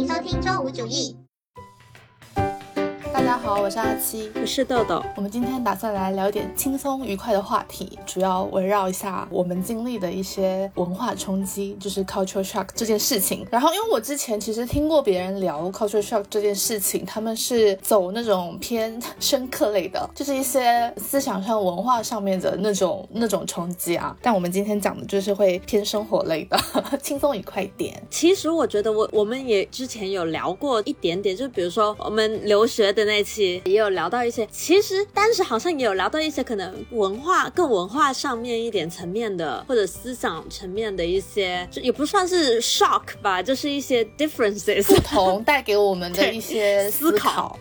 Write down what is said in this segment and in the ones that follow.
迎收听周五主义。 大家好，我是阿七， 我是豆豆。 我们今天打算来聊一点轻松愉快的话题，主要围绕一下我们经历的一些文化冲击，就是 culture shock 这件事情。然后因为我之前其实听过别人聊 culture shock 这件事情，他们是走那种偏深刻类的，就是一些思想上文化上面的那种冲击啊。但我们今天讲的就是会偏生活类的轻松愉快一点。 其实我觉得我们也之前有聊过一点点，就比如说我们留学的那期也有聊到一些，其实当时好像也有聊到一些可能文化上面一点层面的，或者思想层面的一些，就也不算是 shock 吧，就是一些 differences 不同带给我们的一些思考。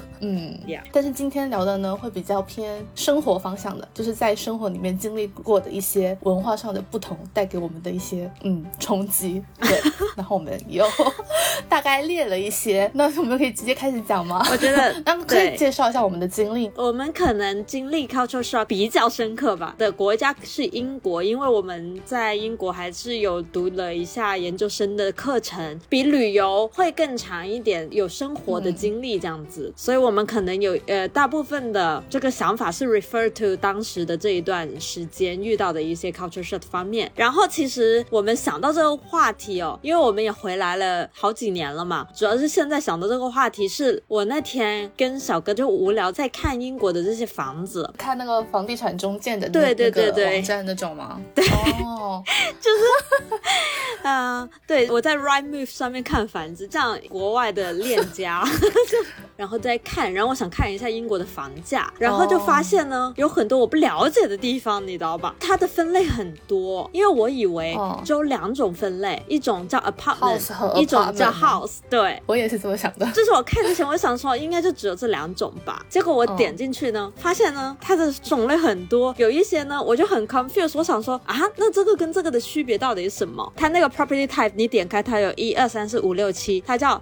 Yeah. 但是今天聊的呢会比较偏生活方向的，就是在生活里面经历过的一些文化上的不同带给我们的一些冲击。对，然后我们又大概列了一些，那我们可以直接开始讲吗？ 我觉得那可以介绍一下我们的经历。 我们可能经历 culture shock 比较深刻吧的国家是英国，因为我们在英国还是有读了一下研究生的课程，比旅游会更长一点，有生活的经历这样子，所以我们可能有大部分的这个想法是 refer to 当时的这一段时间遇到的一些 culture shock 方面。然后其实我们想到这个话题因为我们也回来了好几年了嘛，主要是现在想到这个话题是我那天跟小哥就无聊在看英国的这些房子， 看那个房地产中介的对网站那种吗？ 对， 就是对，我在 Rightmove 上面看房子，这样国外的链家然后再看，然后我想看一下英国的房价，然后就发现呢有很多我不了解的地方，你知道吧？它的分类很多，因为我以为只有两种分类，一种叫 apartment， 一种叫 house。 对， 我也是这么想的， 就是我看之前我想说应该就只有这两种吧，结果我点进去呢发现呢它的种类很多，有一些呢我就很 confused， 我想说那这个跟这个的区别到底是什么？它那个 property type 你点开它有1、2、3、4、5、6、7，它叫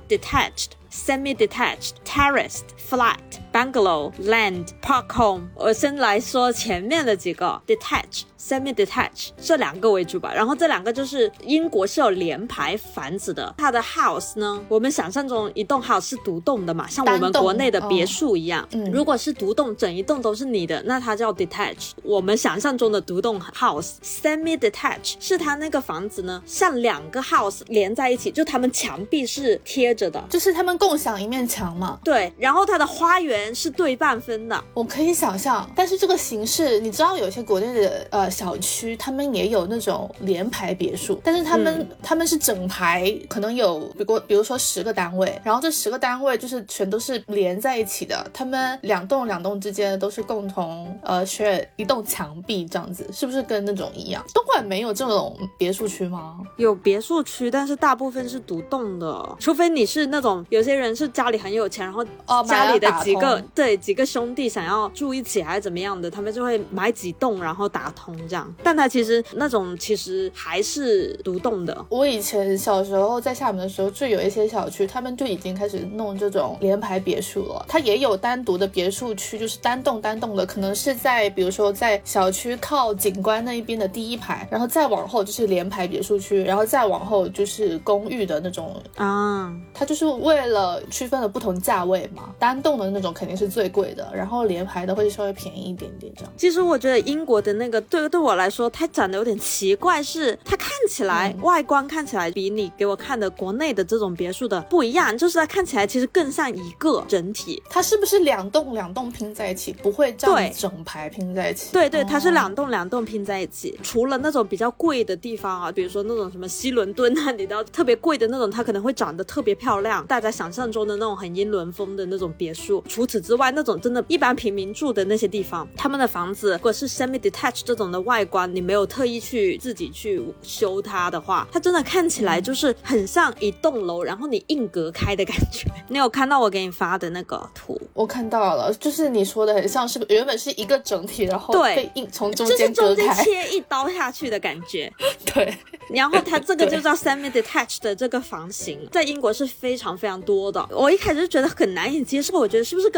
detached、semi-detached、terraced、flat、bungalow、land、park home。 我先来说前面的几个 detached、semi-detached 这两个为主吧，然后这两个就是英国是有联排房子的。它的 house 呢，我们想象中一栋 house 是独栋的嘛，像我们国内的别墅一样，如果是独栋，整一栋都是你的，那它叫 detached， 我们想象中的独栋 house。 semi-detached 是它那个房子呢像两个 house 连在一起，就它们墙壁是贴着的， 就是他们共享一面墙嘛。 对，然后它的花园是对半分的。 我可以想象，但是这个形式你知道有些国内的小区他们也有那种联排别墅，但是他们是整排可能有比如说10个单位，然后这10个单位就是全都是连在一起的，他们两栋之间都是共同share 一栋墙壁，这样子是不是跟那种一样？东莞没有这种别墅区吗？ 有别墅区，但是大部分是独栋的，除非你是那种有些人是家里很有钱，然后家里的几个兄弟想要住一起还是怎么样的，他们就会买几栋然后打通这样，但他其实那种其实还是独栋的。 我以前小时候在厦门的时候就有一些小区他们就已经开始弄这种联排别墅了，它也有单独的别墅区，就是单栋的，可能是在比如说在小区靠景观那一边的第一排，然后再往后就是联排别墅区，然后再往后就是公寓的那种它就是为了区分了不同价位嘛，单栋的那种肯定是最贵的，然后联排的会稍微便宜一点点这样。 其实我觉得英国的那个对我来说它长得有点奇怪，是它看起来外观看起来比你给我看的国内的这种别墅的不一样，就是它看起来其实更像一个整体。 它是不是两栋拼在一起，不会这样整排拼在一起？ 对，它是两栋拼在一起。除了那种比较贵的地方比如说那种什么西伦敦你知道特别贵的那种，它可能会长得特别漂亮，大家想象中的那种很英伦风的那种别墅。除此之外，那种真的一般平民住的那些地方，他们的房子如果是 semi-detached 这种的外观，你没有特意去自己去修它的话，它真的看起来就是很像一栋楼，然后你硬隔开的感觉。你有看到我给你发的那个图？ 我看到了，就是你说的很像是原本是一个整体，然后被硬从中间割开， 就是中间切一刀下去的感觉。 对， 然后它这个就叫 semi-detached 的这个房型，在英国是非常非常多的。我一开始就觉得很难以接受，我觉得是不是跟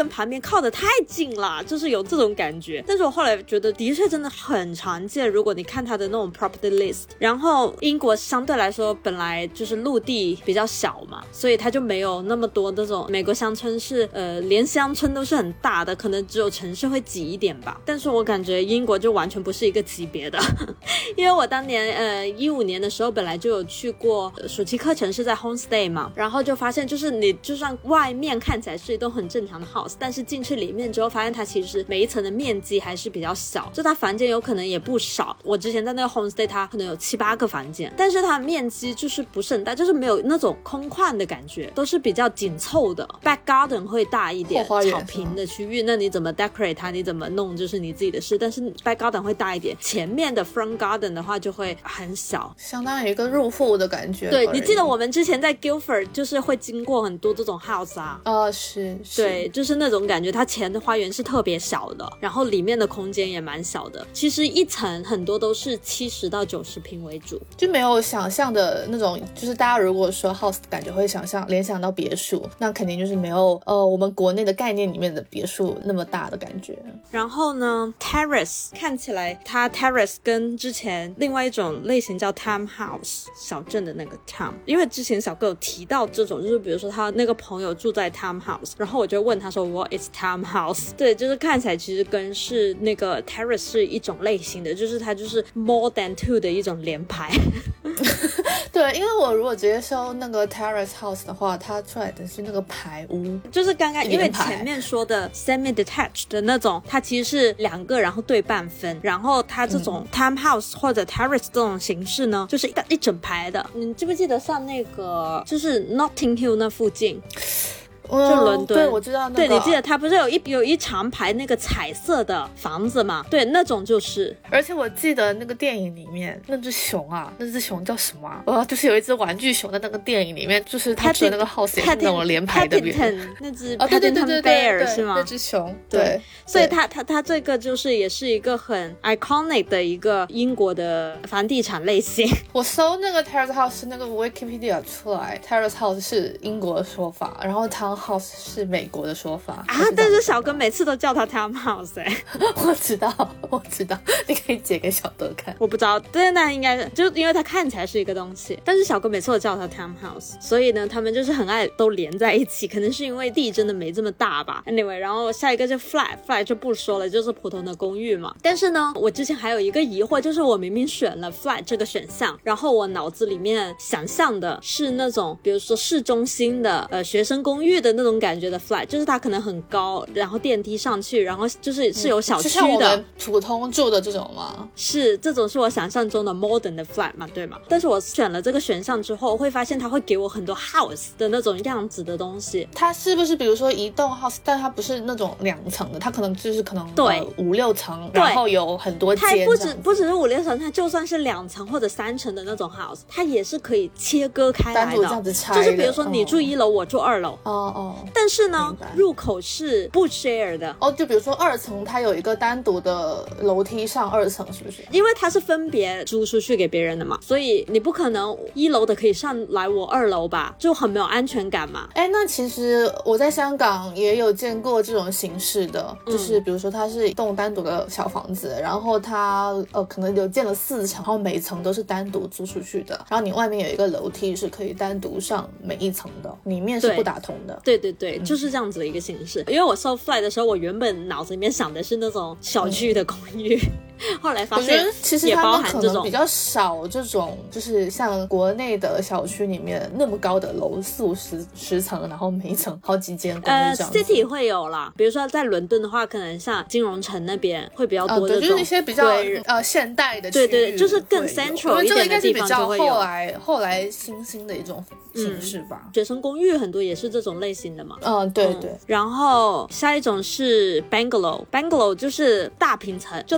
跟旁边靠得太近了，就是有这种感觉。但是我后来觉得的确真的很常见，如果你看它的那种 property list。然后英国相对来说本来就是陆地比较小嘛，所以它就没有那么多那种美国乡村是连乡村都是很大的，可能只有城市会挤一点吧。但是我感觉英国就完全不是一个级别的因为我当年15年的时候本来就有去过暑期课程是在 homestay 嘛，然后就发现就是你就算外面看起来是一栋很正常的 house， 但是进去里面之后发现它其实每一层的面积还是比较小，就它房间有可能也不少。我之前在那个 homestay 它可能有7-8个房间，但是它的面积就是不是很大，就是没有那种空旷的感觉，都是比较紧凑的。 back garden 会大一点，草坪的区域那你怎么 decorate 它，你怎么弄就是你自己的事，但是 back garden 会大一点，前面的 front garden 的话就会很小， 相当于一个入户的感觉。 对，你记得我们之前在 Guildford 就是会经过很多这种 house 啊， 是， 对，就是那种感觉，它前的花园是特别小的，然后里面的空间也蛮小的，其实一层很多都是70到90平为主， 就没有想象的那种，就是大家如果说 house 感觉会联想到别墅，那肯定就是没有我们国内的概念里面的别墅那么大的感觉。 然后呢 terrace 看起来它 terrace 跟之前另外一种类型叫 townhouse 小镇的那个 town， 因为之前小哥有提到这种，就是比如说他那个朋友住在 townhouse， 然后我就问他说 what is townhouse， 对，就是看起来其实跟是那个 terrace 是一种类型的，就是它就是 more than 2的一种连排对，因为我如果直接搜那个 terrace house 的话，它出来的是那个排屋， 就是刚刚因为前面说的 semi detached 的那种，它其实是2个然后对半分，然后它这种 townhouse 或者 terrace 这种形式呢，就是一整排的。你记不记得像那个就是 Notting Hill 那附近，就伦敦， 对，我知道那个。 对，你记得它不是有一长排那个彩色的房子吗？对，那种就是。 而且我记得那个电影里面那只熊啊，那只熊叫什么啊？就是有一只玩具熊的那个电影里面，就是它住的那个 house 也是那种连排的。 那只 Paddington Bear 是吗？ 那只熊， 对。所以它这个就是也是一个很 iconic 的一个英国的房地产类型。 我搜那个 terrace house 那个 Wikipedia 出来 ，terrace house 是英国的说法，然后townhouse 是美国的说法啊。但是小哥每次都叫它 townhouse 我知道，你可以截给小哥看。 我不知道，但是那应该就因为它看起来是一个东西，但是小哥每次都叫它 townhouse， 所以呢，他们就是很爱都连在一起，可能是因为地真的没这么大吧。Anyway， 然后下一个就 flat 就不说了，就是普通的公寓嘛。但是呢，我之前还有一个疑惑，就是我明明选了 flat 这个选项，然后我脑子里面想象的是那种比如说市中心的学生公寓的那种感觉的 flat， 就是它可能很高，然后电梯上去，然后就是有小区的， 就像我们普通住的这种吗？ 是，这种是我想象中的 modern 的 flat 嘛，对吗？但是我选了这个选项之后，我会发现它会给我很多 house 的那种样子的东西。 它是不是比如说一栋 house， 但它不是那种2层的，它可能就是对 5-6层，然后有很多间。 它不只是5-6层，它就算是2层或者3层的那种 house， 它也是可以切割开来的， 单独这样子拆的。 就是比如说你住1楼，我住2楼。但是呢，入口是不 share 的。 就比如说2层，它有一个单独的楼梯上2层，是不是？ 因为它是分别租出去给别人的嘛，所以你不可能1楼的可以上来我2楼吧，就很没有安全感嘛。 那其实我在香港也有见过这种形式的，就是比如说它是一栋单独的小房子，然后它可能有建了4层，然后每层都是单独租出去的，然后你外面有一个楼梯是可以单独上每一层的，里面是不打通的。 对，就是这样子的一个形式。因为我搜 flat 的时候，我原本脑子里面想的是那种小区的公寓，后来发现其实他们可能比较少这种，就是像国内的小区里面那么高的楼，40-50层，然后每一层好几间公寓这样子。 City 会有啦，比如说在伦敦的话，可能像金融城那边会比较多这种， 就是一些比较现代的区域， 对，就是更 central 一点的地方就会有。 后来新兴的一种形式吧。 学生公寓很多也是这种类型的嘛。 对。 然后下一种是 bungalow 就是大平层，就它只有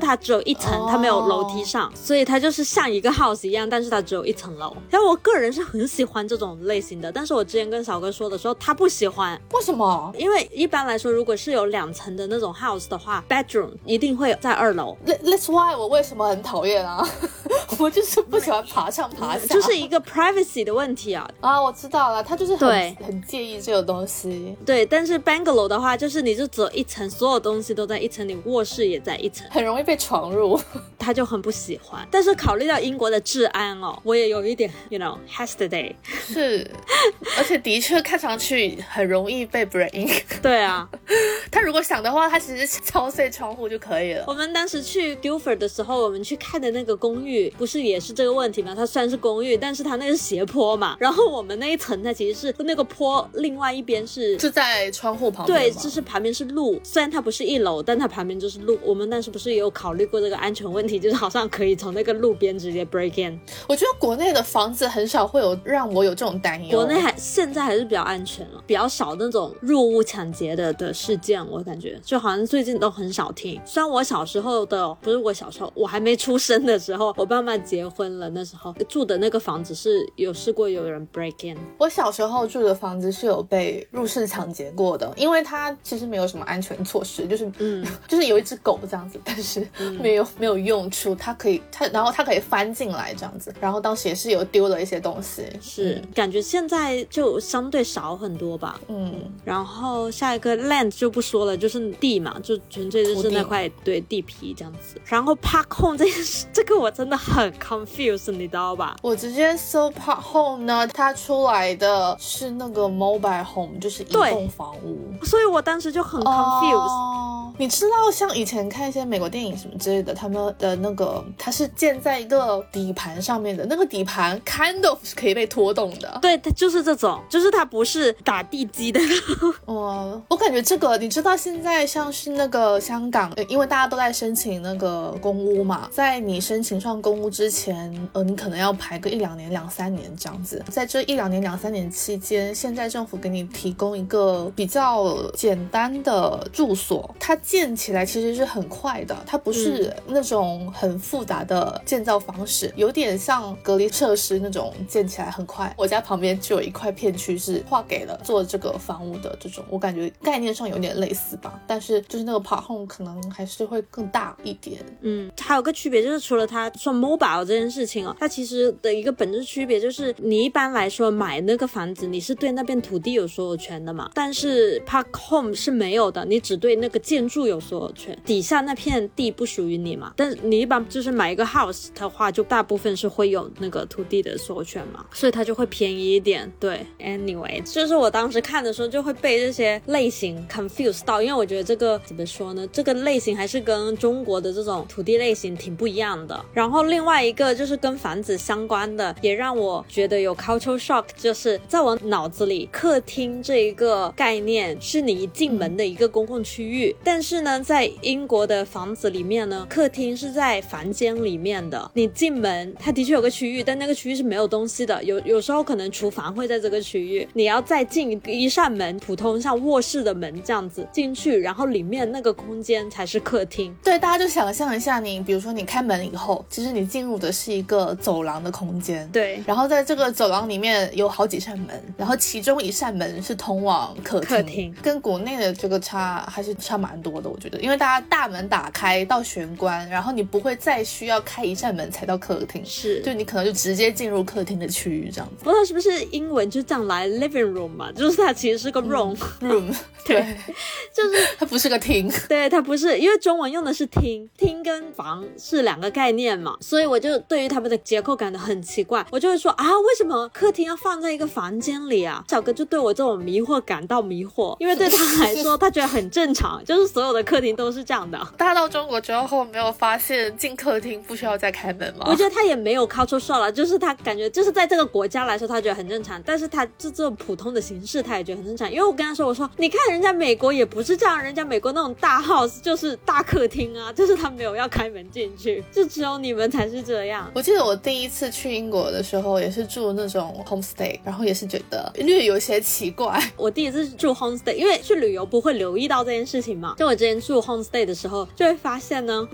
一层，它没有楼梯上，所以它就是像一个 house 一样，但是它只有一层楼。然后我个人是很喜欢这种类型的，但是我之前跟小哥说的时候，他不喜欢。 为什么？ 因为一般来说，如果是有2层的那种 house 的话 ，bedroom 一定会在2楼。 That's why 我为什么很讨厌啊？我就是不喜欢爬上爬下， 就是一个 privacy 的问题啊。 啊，我知道了，他就是很介意这个东西。 对，但是 Bungalow 的话，就是你就只有一层，所有东西都在一层，你卧室也在一层， 很容易被闯入。 他就很不喜欢。但是考虑到英国的治安哦，我也有一点 hesitate。 是，而且的确看上去很容易被 break in。 对啊， 他如果想的话，他其实敲碎窗户就可以了。 我们当时去 Guildford 的时候，我们去看的那个公寓，不是也是这个问题吗？它虽然是公寓，但是它那个是斜坡嘛，然后我们那一层它其实是那个坡另外一边是在窗户旁边吗？ 对，就是旁边是路，虽然它不是1楼，但它旁边就是路。我们当时不是也有考虑过这个安全问题，就是好像可以从那个路边直接 break in。 我觉得国内的房子很少会有让我有这种担忧， 国内现在还是比较安全了，比较少那种入屋抢劫的事件，我感觉就好像最近都很少听。虽然我小时候的，不是我小时候，我还没出生的时候，我爸妈结婚了，那时候住的那个房子是有试过有人 break in。 我小时候住的房子是有被入室抢劫过的，因为它其实没有什么安全措施，就是有一只狗这样子，但是没有用处，然后它可以翻进来这样子，然后当时也是有丢了一些东西。 是，感觉现在就相对少很多吧。然后下一个 land 就不说了，就是地嘛，就纯粹就是那块对地皮这样子。然后 park home 这个我真的很 confused， 你知道吧？ 我直接搜 park home 呢，它出来的是那个 mobile home， 就是移动房屋， 所以我当时就很 confused。 你知道像以前看一些美国电影什么之类的，他们的那个它是建在一个底盘上面的，那个底盘 kind of 是可以被拖动的。 对，它就是这种，就是它不是打地基的。 我感觉这个，你知道现在像是那个香港，因为大家都在申请那个公屋嘛，在你申请上公屋之前，你可能要排个1-2年、2-3年这样子。在这1-2年、2-3年期间，现在政府给你提供一个比较简单的住所，它建起来其实是很快的，它不是那种很复杂的建造方式，有点像隔离设施那种建起来很快。我家旁边就有一块片区是划给了做这个房屋的这种，我感觉概念上有点类似吧，但是就是那个 park home 可能还是会更大一点。 还有个区别就是除了他说 mobile 这件事情哦，它其实的一个本质区别就是你一般来说买那个房子你是对那片土地有所有权的嘛，但是 park home 是没有的，你只对那个建筑有所有权，底下那片地不属于你嘛。但是你一般就是买一个 house 的话，就大部分是会有那个土地的所有权嘛，所以它就会便宜一点。对 anyway， 就是我当时看的时候就会被这些类型 confused 到，因为我觉得这个怎么说呢，这个类型还是跟中国的这种土地类型挺不一样的。然后另外一个就是跟房子相关的，也让我觉得有 cultural shock， 就是在我脑子里客厅这一个概念是你一进门的一个公共区域，但是呢在英国的房子里面呢，客厅是在房间里面的，你进门它的确有个区域，但那个区域是没有东西的，有时候可能厨房会在这个区域，你要再进一扇门，普通像卧室的门这样子进去，然后里面那个空间才是客厅。 对，大家就想象一下，你比如说你开门以后，其实你进入的是一个走廊的空间， 对， 然后在这个走廊里面有好几扇门，然后其中一扇门是通往客厅，跟国内的这个还是差蛮多的，我觉得，因为大家大门打开到玄关，然后你不会再需要开一扇门才到客厅， 是， 就你可能就直接进入客厅的区域这样子。 不知道是不是英文就这样来 living room 嘛，就是它其实是个 room，对，就是它不是个厅， 对，它不是，因为中文用的是厅跟房是2个概念嘛，所以我就对于他们的结构感到很奇怪，我就会说啊，为什么客厅要放在一个房间里啊？小哥就对我这种迷惑感到迷惑，因为对他来说他觉得很正常，就是所有的客厅都是这样的。 大家到中国之后没有发现进客厅不需要再开门吗？ 我觉得他也没有 cultural shock 了，就是他感觉就是在这个国家来说他觉得很正常，但是他这种普通的形式他也觉得很正常。因为我跟他说，我说你看人家美国也不是这样，人家美国那种大 house 就是大客厅啊，就是他没有要开门进去，就只有你们才是这样。 我记得我第一次去英国的时候也是住那种 homestay， 然后也是觉得略有些奇怪。 我第一次住 homestay， 因为去旅游不会留意到这件事情嘛，就我之前住 homestay 的时候就会发现呢，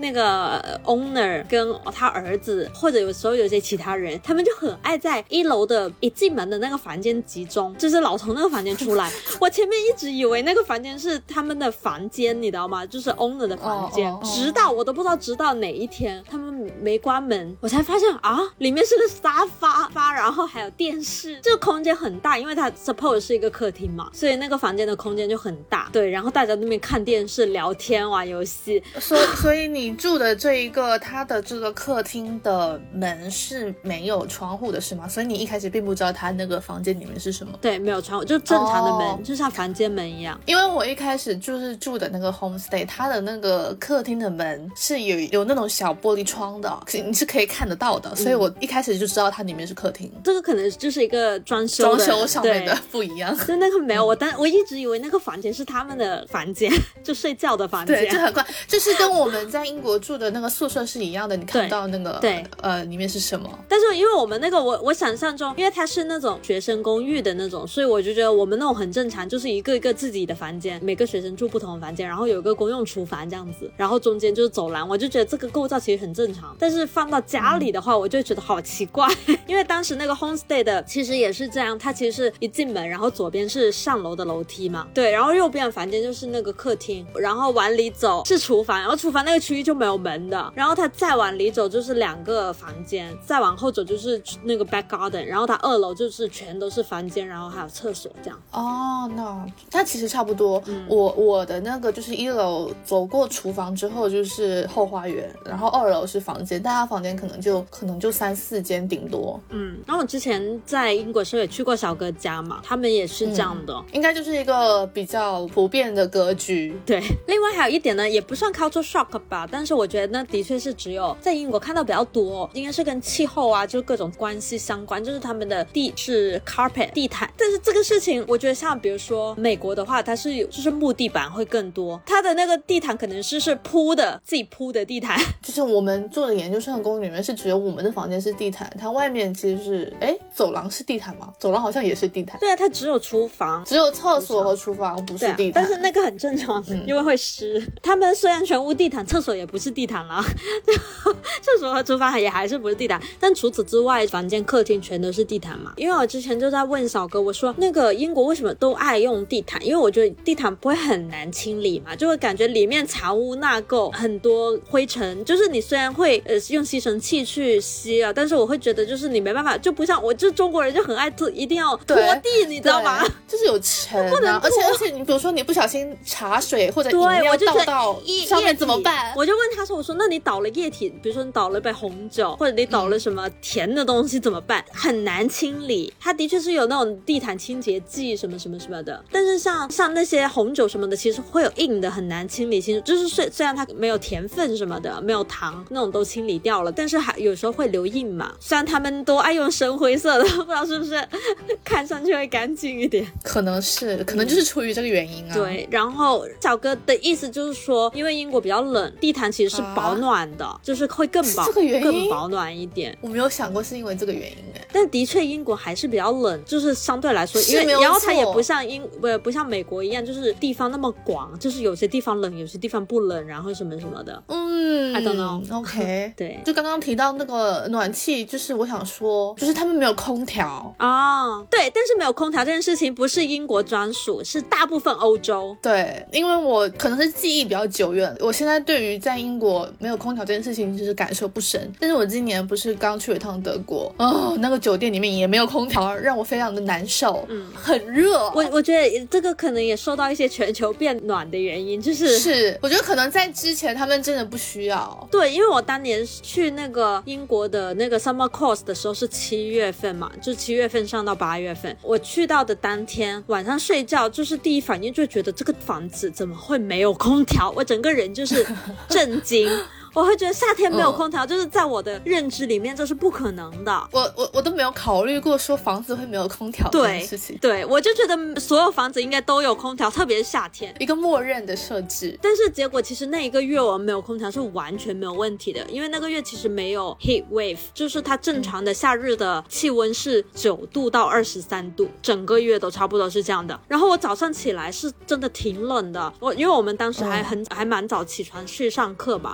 那个 owner 跟他儿子，或者有时候有些其他人，他们就很爱在1楼的一进门的那个房间集中，就是老从那个房间出来。我前面一直以为那个房间是他们的房间，你知道吗？就是 owner 的房间，直到我都不知道直到哪一天他们没关门，我才发现啊，里面是个沙发，然后还有电视，这个空间很大，因为它 suppose 是一个客厅嘛，所以那个房间的空间就很大。对，然后大家在那边看电视、聊天、玩游戏。 所以你住的这一个，它的这个客厅的门是没有窗户的是吗？所以你一开始并不知道它那个房间里面是什么？ 对，没有窗户，就正常的门，就像房间门一样。 因为我一开始就是住的那个 homestay， 它的那个客厅的门是有那种小玻璃窗的，你是可以看得到的，所以我一开始就知道它里面是客厅。 这个可能就是一个装修上面的不一样。 就那个没有，我一直以为那个房间是他们的房间，就睡觉的房间。 对，就很怪，就是跟我们在英国住的那个宿舍是一样的，你看到那个对里面是什么？ 但是因为我们那个我想象中，因为它是那种学生公寓的那种，所以我就觉得我们那种很正常，就是一个一个自己的房间，每个学生住不同的房间，然后有一个公用厨房这样子，然后中间就是走廊，我就觉得这个构造其实很正常。但是放到家里的话，我就觉得好奇怪，因为当时那个 homestay 的其实也是这样，它其实是一进门，然后左边是上楼的楼梯嘛，对，然后右边的房间就是那个客厅，然后往里走是厨房，然后厨房那个区域就没有门的，然后它再往里走就是2个房间，再往后走就是那个 back garden， 然后它2楼就是全都是房间，然后还有厕所这样。 哦，那它其实差不多。我的那个就是1楼走过厨房之后就是后花园，然后2楼是房间，但它房间可能就3-4间顶多。 然后我之前在英国时候也去过小哥家嘛，他们也是这样的， 应该就是一个比较普遍的格局。 对，另外还有一点呢，也不算 culture shock 吧，但是我觉得那的确是只有在英国看到比较多，应该是跟气候啊，就是各种关系相关，就是他们的地是 carpet 地毯，但是这个事情我觉得像比如说美国的话，它是有就是木地板会更多，它的那个地毯可能是铺的，自己铺的地毯。 就是我们做的研究生的公寓里面是只有我们的房间是地毯，它外面其实是走廊是地毯吗？走廊好像也是地毯。 对啊，它只有厨房， 只有厕所和厨房不是地毯， 但是那个很正常，因为会湿。他们虽然全屋地毯，厕所也不是地毯啦，厕所和厨房也还是不是地毯，但除此之外，房间、客厅全都是地毯嘛。因为我之前就在问小哥，我说那个英国为什么都爱用地毯？因为我觉得地毯不会很难清理嘛，就会感觉里面藏污纳垢，很多灰尘，就是你虽然会用吸尘器去吸啊，但是我会觉得就是你没办法，就不像我就中国人就很爱一定要拖地，你知道吗？ 就是有尘啊，而且你比如说你不小心茶水或者饮料倒到上面怎么办？ 我就问他说，我说那你倒了液体，比如说你倒了一杯红酒，或者你倒了什么甜的东西怎么办？很难清理。它的确是有那种地毯清洁剂什么什么什么的，但是像那些红酒什么的，其实会有硬的，很难清理清楚。就是虽然它没有甜分什么的，没有糖那种都清理掉了，但是还有时候会留印嘛。虽然他们都爱用深灰色的，不知道是不是看上去会干净一点。 可能就是出于这个原因啊。 对，然后小哥的意思就是说，因为英国比较冷，地毯其实是保暖的，就是会更保暖一点。 我没有想过是因为这个原因但的确英国还是比较冷，就是相对来说，因为然后它也不像美国一样，就是地方那么广，就是有些地方冷，有些地方不冷，然后什么什么的。I don't know。 OK 对， 就刚刚提到那个暖气，就是我想说，就是他们没有空调对，但是没有空调这件事情不是英国专属，是大部分欧洲。 对，因为我可能是记忆比较久远，我现在对于在英国没有空调这件事情就是感受不深。但是我今年不是刚去了一趟德国，那个酒店里面也没有空调，让我非常的难受。很热。 我觉得这个可能也受到一些全球变暖的原因，是我觉得可能在之前他们真的不需要。 对，因为我当年去那个英国的那个 summer course 的时候是7月份嘛，就7月份上到8月份，我去到的当天晚上睡觉，就是第一反应就觉得这个房子怎么会没有空调，我整个人就是震惊。我会觉得夏天没有空调，就是在我的认知里面这是不可能的。 我都没有考虑过说房子会没有空调这件事情。 对，我就觉得所有房子应该都有空调，特别是夏天， 一个默认的设置。 但是结果其实那一个月我们没有空调是完全没有问题的，因为那个月其实没有 heat wave， 就是它正常的夏日的气温是9度到23度，整个月都差不多是这样的。然后我早上起来是真的挺冷的，因为我们当时还蛮早起床去上课吧，大概7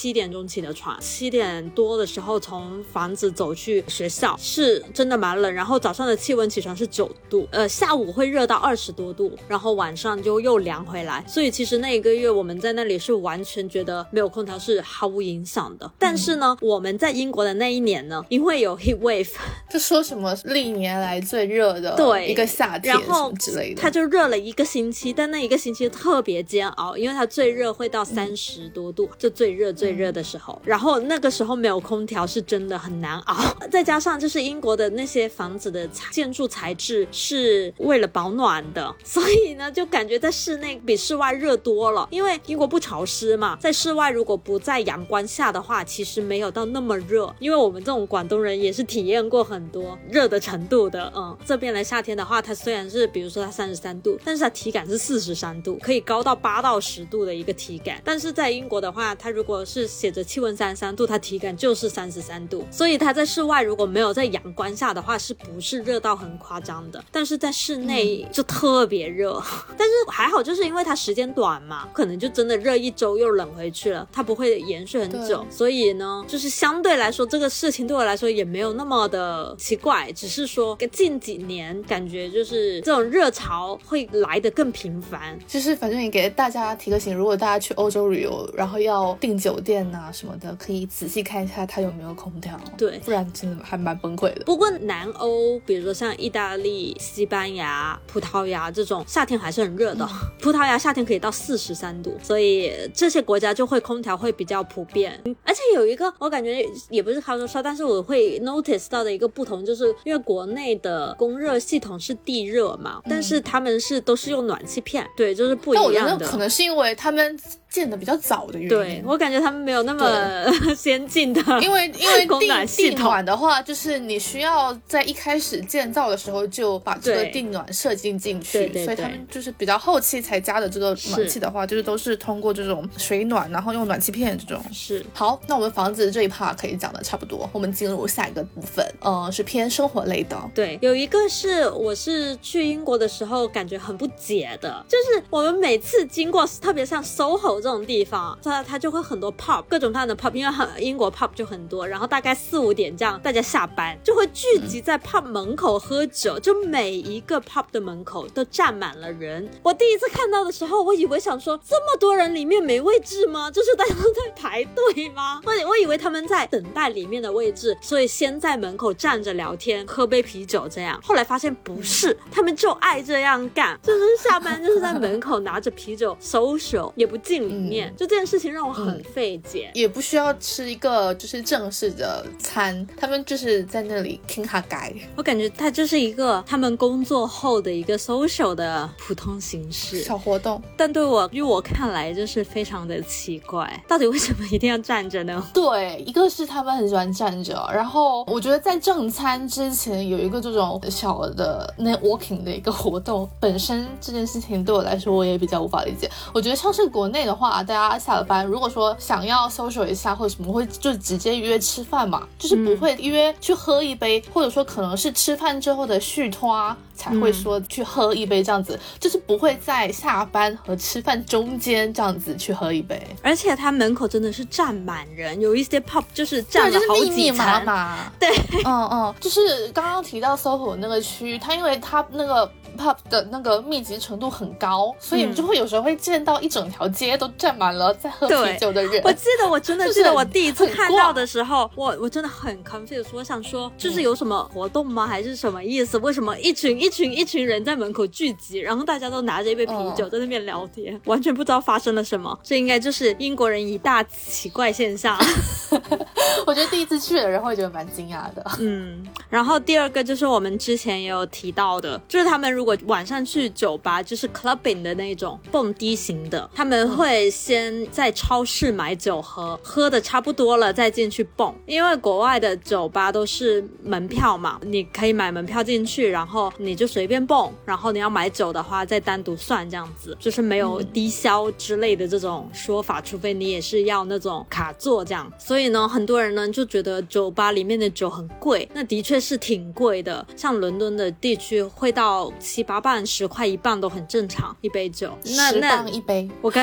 7点钟起的床，7点多的时候从房子走去学校，是真的蛮冷，然后早上的气温起床是9度，下午会热到20多度，然后晚上就又凉回来，所以其实那1个月我们在那里是完全觉得没有空调是毫无影响的。但是呢，我们在英国的那一年呢，因为有 heat wave， 就说什么历年来最热的一个夏天什么之类的， 它就热了1个星期，但那1个星期特别煎熬，因为它最热会到30多度，就最热的时候，然后那个时候没有空调是真的很难熬，再加上就是英国的那些房子的建筑材质是为了保暖的，所以呢就感觉在室内比室外热多了，因为英国不潮湿嘛，在室外如果不在阳光下的话其实没有到那么热，因为我们这种广东人也是体验过很多热的程度的。这边的夏天的话，它虽然是比如说它33度，但是它体感是43度，可以高到8到10度的一个体感，但是在英国的话，它如果是写着气温33度，它体感就是33度，所以它在室外如果没有在阳光下的话是不是热到很夸张的，但是在室内就特别热，但是还好就是因为它时间短嘛，可能就真的热1周又冷回去了，它不会延续很久，所以呢就是相对来说这个事情对我来说也没有那么的奇怪，只是说近几年感觉就是这种热潮会来得更频繁。 就是反正也给大家提个醒，如果大家去欧洲旅游然后要订酒店啊什么的，可以仔细看一下它有没有空调， 对， 不然真的还蛮崩溃的。 不过南欧比如说像意大利、西班牙、葡萄牙这种夏天还是很热的，葡萄牙夏天可以到43度，所以这些国家就会空调会比较普遍。而且有一个我感觉也不是靠说，但是我会 notice 到的一个不同，就是因为国内的供热系统是地热嘛，但是他们都是用暖气片，对，就是不一样的。 但我觉得可能是因为他们建的比较早的原因， 对，我感觉他们没有那么先进的因为供暖系统。 地暖的话，就是你需要在一开始建造的时候就把这个地暖设计进去， 对， 所以他们就是比较后期才加的这个暖气的话，就是都是通过这种水暖，然后用暖气片这种。 是。 好，那我们房子这一 part 可以讲的差不多，我们进入下一个部分，是偏生活类的。 对，有一个是我是去英国的时候感觉很不解的，就是我们每次经过特别像 SOHO 这种地方，它就会很多 pub， 各种各样的 pub， 因为英国 pub 就很多，然后大概4-5点这样大家下班就会聚集在 pub 门口喝酒，就每一个 pub 的门口都站满了人。我第一次看到的时候，我以为想说这么多人里面没位置吗？就是大家都在排队吗？我以为他们在等待里面的位置，所以先在门口站着聊天喝杯啤酒这样，后来发现不是，他们就爱这样干，就是下班就是在门口拿着啤酒 social， 也不进里面，就这件事情让我很费解。 也不需要吃一个就是正式的餐，他们就是在那里听哈该， 我感觉它就是一个他们工作后的一个 social 的普通形式小活动， 但于我看来就是非常的奇怪，到底为什么一定要站着呢？ 对，一个是他们很喜欢站着，然后我觉得在正餐之前有一个这种小的 networking 的一个活动，本身这件事情对我来说我也比较无法理解。我觉得像是国内的话，大家下了班如果说想要 social 一下或者什么，会就直接约吃饭嘛，就是不会约去喝一杯，或者说可能是吃饭之后的续托才会说去喝一杯这样子，就是不会在下班和吃饭中间这样子去喝一杯。 而且它门口真的是站满人，有一些 pub 就是站了好几层， 就是密密麻麻。 对， 就是刚刚提到 SOHO 那个区，它因为它那个 pub 的那个密集程度很高，所以你就会有时候会见到一整条街都站满了在喝啤酒的人。 我真的记得我第一次看到的时候，我真的很 confused， 我想说就是有什么活动吗？还是什么意思？为什么一群人在门口聚集，然后大家都拿着一杯啤酒在那边聊天，完全不知道发生了什么。这应该就是英国人一大奇怪现象。 我觉得第一次去的人会觉得蛮惊讶的。 然后第二个就是我们之前也有提到的，就是他们如果晚上去酒吧，就是 clubbing 的那种蹦迪型的，他们会先在超市买酒喝的差不多了再进去蹦，因为国外的酒吧都是门票嘛，你可以买门票进去，然后你就随便蹦，然后你要买酒的话再单独算，这样子就是没有低消之类的这种说法，除非你也是要那种卡座这样。所以呢，很多人呢就觉得酒吧里面的酒很贵，那的确是挺贵的，像伦敦的地区会到7-8磅10块1磅都很正常一杯酒。 10磅一杯， 我刚才说什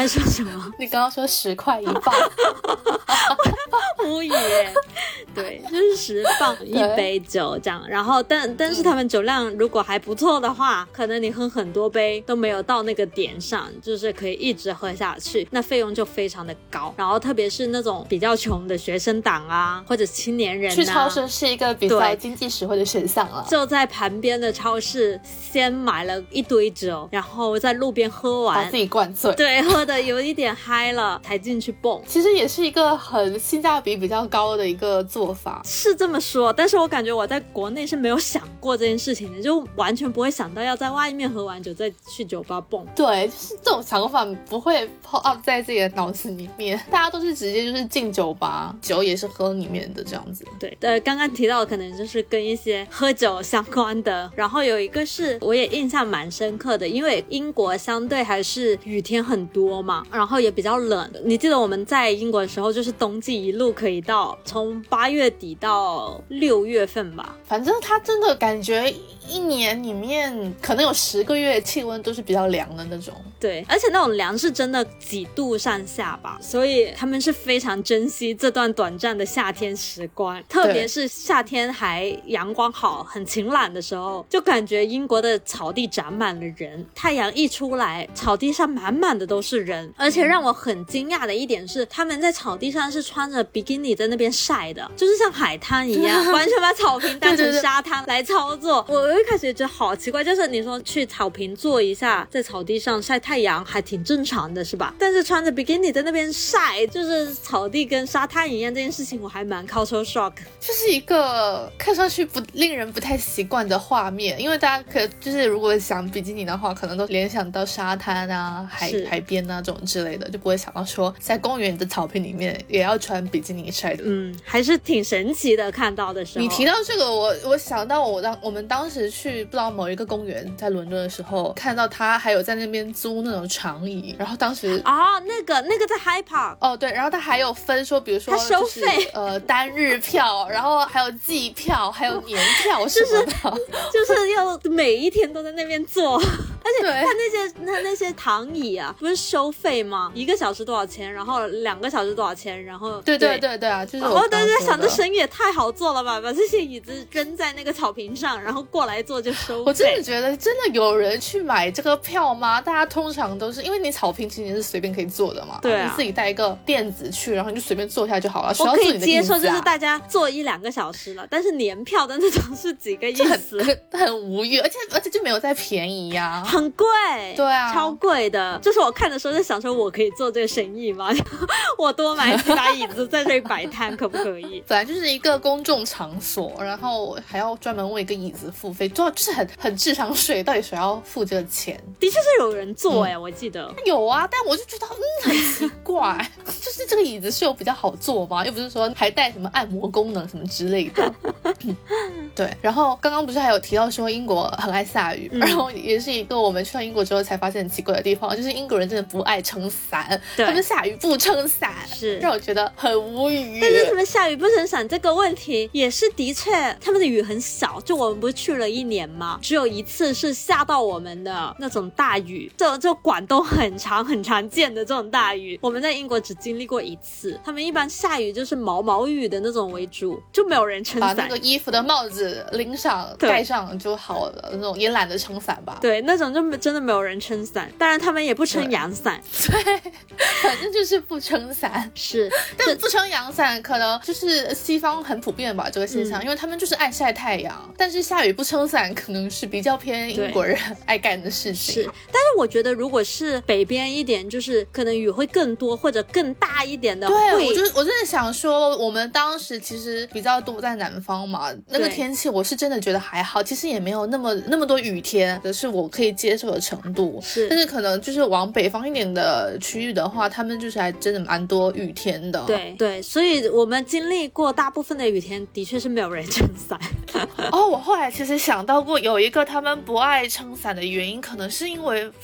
么？ 你刚刚说10块1磅， 无语耶。对，就是10磅一杯酒这样。然后但是他们酒量如果还不错的话，可能你喝很多杯都没有到那个点上，就是可以一直喝下去，那费用就非常的高。然后特别是那种比较穷的学生党啊，或者青年人啊， 去超市是一个比较经济实惠的选项了。 就在旁边的超市先买了一堆酒，然后在路边喝完， 把自己灌醉。 对，喝的有一点嗨了才进去蹦。 其实也是一个很性价比比较高的一个做法， 是这么说，但是我感觉我在国内是没有想过这件事情的，就完全不会想到要在外面喝完酒再去酒吧蹦。 对，就是这种想法不会 pop up 在自己的脑子里面，大家都是直接就是进酒吧，酒也是喝里面的这样子。 对，刚刚提到的可能就是跟一些喝酒相关的，然后有一个是我也印象蛮深刻的，因为英国相对还是雨天很多嘛，然后也比较冷。你记得我们在英国的时候，就是冬季一路可以到从8月底到6月份吧， 反正它真的感觉一年里面可能有10个月气温都是比较凉的那种。 对，而且那种凉是真的几度上下吧，所以他们是非常珍惜这段短暂的夏天时光，特别是夏天还阳光好很晴朗的时候，就感觉英国的草地长满了人，太阳一出来草地上满满的都是人。而且让我很惊讶的一点是，他们在草地上是穿着比基尼在那边晒的，就是像海滩一样完全把草坪当成沙滩来操作。我一开始觉得好奇怪，就是你说去草坪坐一下，在草地上晒太阳还挺正常的是吧，但是穿着比基尼在那边晒，就是草地跟沙滩一样，这件事情我还蛮 culture shock， 就是一个看上去令人不太习惯的画面。因为大家就是如果想比基尼的话，可能都联想到沙滩啊、海边啊这种之类的，就不会想到说在公园的草坪里面也要穿比基尼晒的。 还是挺神奇的。看到的时候， 你提到这个，我想到我们当时去不知道某一个公园在伦敦的时候，看到他还有在那边租那种长椅，然后当时那个在 Hyde Park 哦对，然后他还有分说，比如说他收费单日票，然后还有季票，还有年票什么的， 就是要每一天都在那边坐。而且他那些躺椅啊，不是收费吗？1个小时多少钱，然后2个小时多少钱，然后对啊，就是我当时在想，这生意也太好做了吧，把这些椅子扔在那个草坪上，然后过来坐就收费。 我真的觉得真的有人去买这个票吗？大家通常都是因为你草坪其实是随便可以坐的嘛， 对啊， 你自己带一个垫子去，然后你就随便坐下就好了。 我可以接受就是大家坐1-2个小时了，但是年票的那种是几个意思， 很无语，而且就没有再便宜呀， 很贵， 对啊， 超贵的。就是我看的时候就想说，我可以做这个生意吗？我多买几把椅子在这里摆摊，可不可以？ 本来就是一个公众场所，然后还要专门为一个椅子付费，就是很智商税，到底谁要付这个钱？ 的确是有人做我记得有啊，但我就觉得很奇怪，就是这个椅子是有比较好坐吗？又不是说还带什么按摩功能什么之类的。对，然后刚刚不是还有提到说英国很爱下雨，然后也是一个我们去到英国之后才发现很奇怪的地方，就是英国人真的不爱撑伞，他们下雨不撑伞， 是让我觉得很无语。 但是他们下雨不撑伞这个问题也是的确，他们的雨很小，就我们不是去了1年吗？只有1次是下到我们的那种大雨，就管都很长很常见的这种大雨，我们在英国只经历过1次。他们一般下雨就是毛雨的那种为主，就没有人撑伞， 把那个衣服的帽子拎上盖上就好了，那种也懒得撑伞吧。 对，那种就真的没有人撑伞，当然他们也不撑阳伞。 对，反正就是不撑伞。 是， 但不撑阳伞可能就是西方很普遍吧这个现象，因为他们就是爱晒太阳，但是下雨不撑伞可能是比较偏英国人爱干的事情。 是，但是我觉得如果是北边一点，就是可能雨会更多或者更大一点的。 对，我真的想说，我们当时其实比较多在南方嘛，那个天气我是真的觉得还好，其实也没有那么多雨天，可是我可以接受的程度。 是， 但是可能就是往北方一点的区域的话，他们就是还真的蛮多雨天的。 对，所以我们经历过大部分的雨天，的确是没有人撑伞。 我后来其实想到过，有一个他们不爱撑伞的原因，可能是因为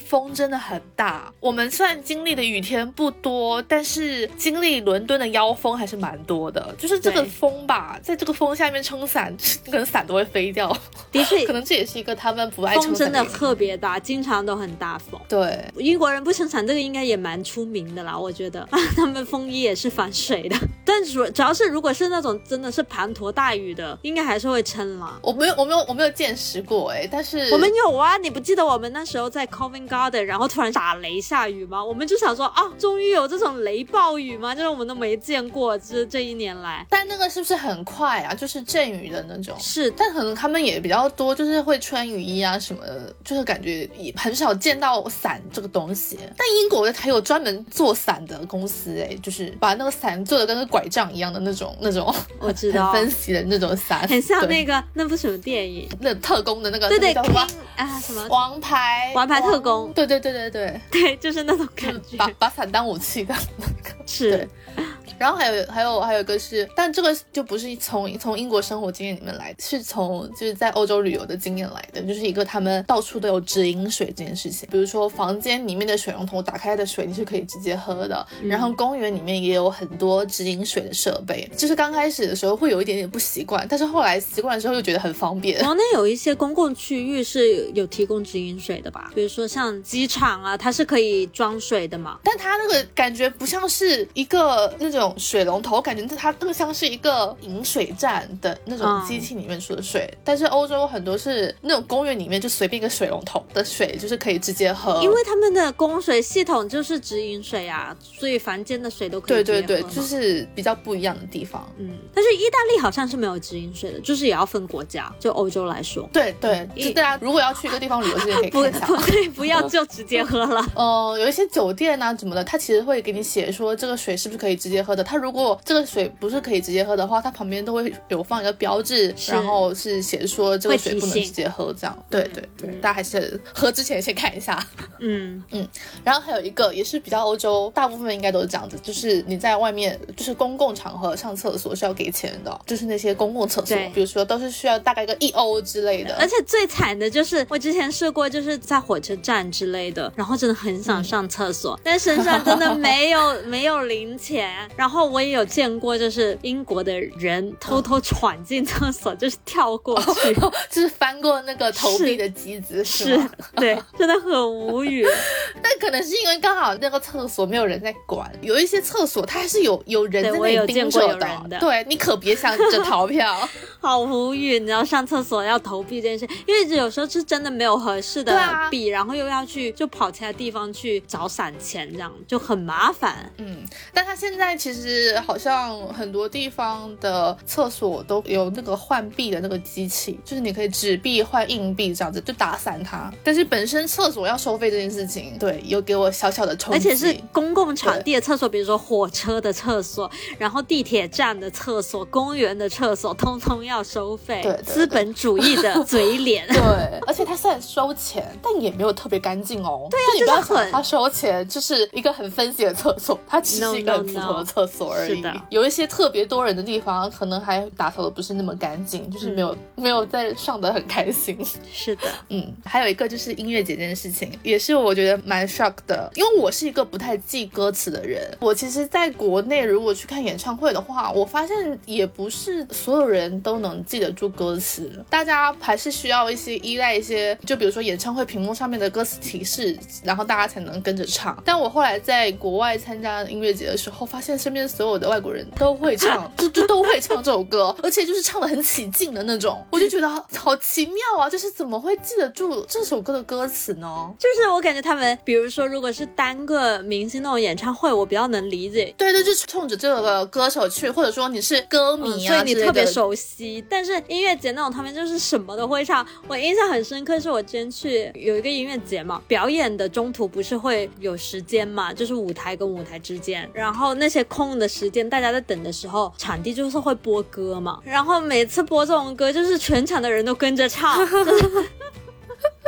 风真的很大。我们虽然经历的雨天不多，但是经历伦敦的妖风还是蛮多的。就是这个风吧，在这个风下面撑伞，可能伞都会飞掉。 的确， 可能这也是一个他们不爱撑伞的风真的特别大，经常都很大风。 对， 英国人不撑伞这个应该也蛮出名的啦，我觉得他们风衣也是防水的。但主要是如果是那种真的是滂沱大雨的，应该还是会撑啦。 我没有见识过但是我们有啊，你不记得我们那时候在 Covent Garden 然后突然打雷下雨吗？我们就想说啊，终于有这种雷暴雨吗？就是我们都没见过这一年来。 但那个是不是很快啊？就是阵雨的那种。 是， 但可能他们也比较多，就是会穿雨衣啊什么的，就是感觉也很少见到伞这个东西。但英国还有专门做伞的公司就是把那个伞做的跟个拐杖一样的那种我知道很分析的那种伞， 很像那部什么电影， 那特工的那个对对那个什么王牌特工， 对， 对，就是那种感觉， 把伞当武器的那个是。 对，然后还有一个是，但这个就不是从英国生活经验里面来的，是从就是在欧洲旅游的经验来的，就是一个他们到处都有直饮水这件事情。比如说房间里面的水龙头打开的水你是可以直接喝的，然后公园里面也有很多直饮水的设备。就是刚开始的时候会有一点点不习惯，但是后来习惯了之后又觉得很方便。 国内有一些公共区域是有提供直饮水的吧，比如说像机场啊，它是可以装水的嘛， 但它那个感觉不像是一个那种水龙头，感觉它更像是一个饮水站的那种机器里面出的水。但是欧洲很多是那种公园里面就随便一个水龙头的水就是可以直接喝， 因为他们的供水系统就是直饮水啊，所以房间的水都可以直接喝。 对，就是比较不一样的地方。 但是意大利好像是没有直饮水的，就是也要分国家，就欧洲来说。 对，就大家如果要去一个地方旅游之前可以看一下。 不要就直接喝了。 有一些酒店啊什么的，它其实会给你写说这个水是不是可以直接喝的。它如果这个水不是可以直接喝的话，它旁边都会有放一个标志，然后是写说这个水不能直接喝这样。对，大家还是喝之前先看一下。然后还有一个也是比较欧洲，大部分应该都是这样子，就是你在外面就是公共场合上厕所是要给钱的，就是那些公共厕所，比如说都是需要大概个1欧之类的。 而且最惨的就是我之前试过，就是在火车站之类的，然后真的很想上厕所，但身上真的没有零钱。然后我也有见过，就是英国的人偷偷闯进厕所，就是跳过去， 就是翻过那个投币的机子，是吗？ 对，真的很无语。 但可能是因为刚好那个厕所没有人在管，有一些厕所它还是有人在那里盯着的。对，你可别想着逃票。 好无语，你要上厕所要投币这件事，因为有时候是真的没有合适的币，然后又要去就跑其他地方去找散钱，这样就很麻烦。 但它现在其实好像很多地方的厕所都有那个换币的那个机器，就是你可以纸币换硬币这样子就打散它。但是本身厕所要收费这件事情，对，有给我小小的冲击。 而且是公共场地的厕所，比如说火车的厕所，然后地铁站的厕所，公园的厕所，通通要收费。 对， 资本主义的嘴脸。 对，而且它虽然收钱，但也没有特别干净哦。 对啊， 就你不要想它收钱就是一个很分析的厕所，它只是一个很普通的厕所而已。 是的， 有一些特别多人的地方，可能还打扫的不是那么干净，就是没有在上的很开心。 是的， 还有一个就是音乐节这件事情，也是我觉得蛮 shock 的，因为我是一个不太记歌词的人。我其实在国内如果去看演唱会的话，我发现也不是所有人都能记得住歌词，大家还是需要依赖一些，就比如说演唱会屏幕上面的歌词提示，然后大家才能跟着唱。但我后来在国外参加音乐节的时候，发现身边所有的外国人都会唱，就都会唱这首歌，而且就是唱得很起劲的那种，我就觉得好奇妙啊，就是怎么会记得住这首歌的歌词呢？ 就是我感觉他们，比如说如果是单个明星那种演唱会，我比较能理解。 对，就是冲着这个歌手去，或者说你是歌迷啊， 所以你特别熟悉。但是音乐节那种他们就是什么都会唱。我印象很深刻，是我之前去有一个音乐节嘛，表演的中途不是会有时间嘛，就是舞台跟舞台之间，然后那些空的时间，大家在等的时候，场地就是会播歌嘛，然后每次播这种歌，就是全场的人都跟着唱。